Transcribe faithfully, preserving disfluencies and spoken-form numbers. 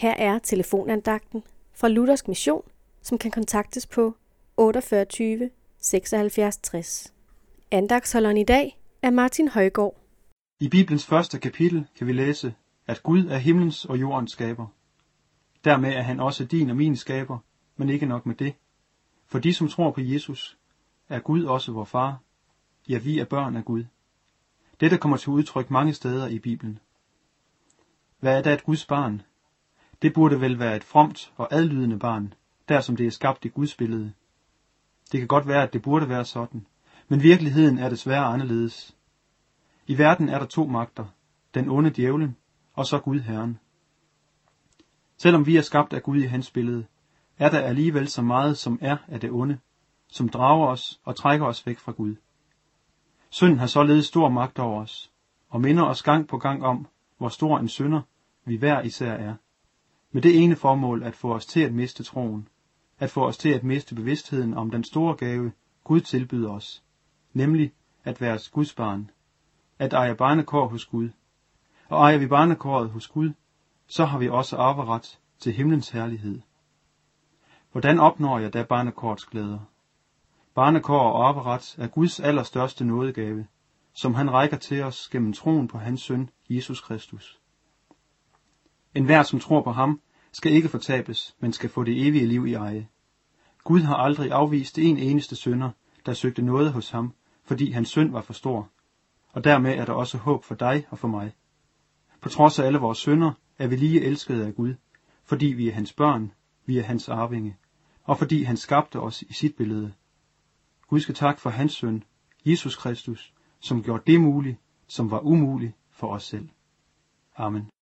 Her er telefonandagten fra Luthersk Mission, som kan kontaktes på otteogfyrre tyve seksoghalvfjerds tres. Andagtsholderen i dag er Martin Højgaard. I Bibelens første kapitel kan vi læse, at Gud er himlens og jordens skaber. Dermed er han også din og min skaber, men ikke nok med det. For de, som tror på Jesus, er Gud også vor far. Ja, vi er børn af Gud. Dette kommer til udtryk mange steder i Bibelen. Hvad er da et Guds barn? Det burde vel være et fromt og adlydende barn, der som det er skabt i Guds billede. Det kan godt være, at det burde være sådan, men virkeligheden er desværre anderledes. I verden er der to magter, den onde djævlen og så Gud Herren. Selvom vi er skabt af Gud i hans billede, er der alligevel så meget, som er af det onde, som drager os og trækker os væk fra Gud. Synden har således stor magt over os, og minder os gang på gang om, hvor stor en synder vi hver især er. Med det ene formål at få os til at miste troen, at få os til at miste bevidstheden om den store gave, Gud tilbyder os, nemlig at være Guds barn, at eje barnekår hos Gud. Og ejer vi barnekåret hos Gud, så har vi også arveret til himlens herlighed. Hvordan opnår jeg da barnekårets glæder? Barnekår og arveret er Guds allerstørste nådegave, som han rækker til os gennem troen på hans søn, Jesus Kristus. Enhver, som tror på ham, skal ikke fortabes, men skal få det evige liv i eje. Gud har aldrig afvist en eneste synder, der søgte noget hos ham, fordi hans synd var for stor. Og dermed er der også håb for dig og for mig. På trods af alle vores synder er vi lige elskede af Gud, fordi vi er hans børn, vi er hans arvinge, og fordi han skabte os i sit billede. Gud skal tak for hans søn, Jesus Kristus, som gjorde det muligt, som var umuligt for os selv. Amen.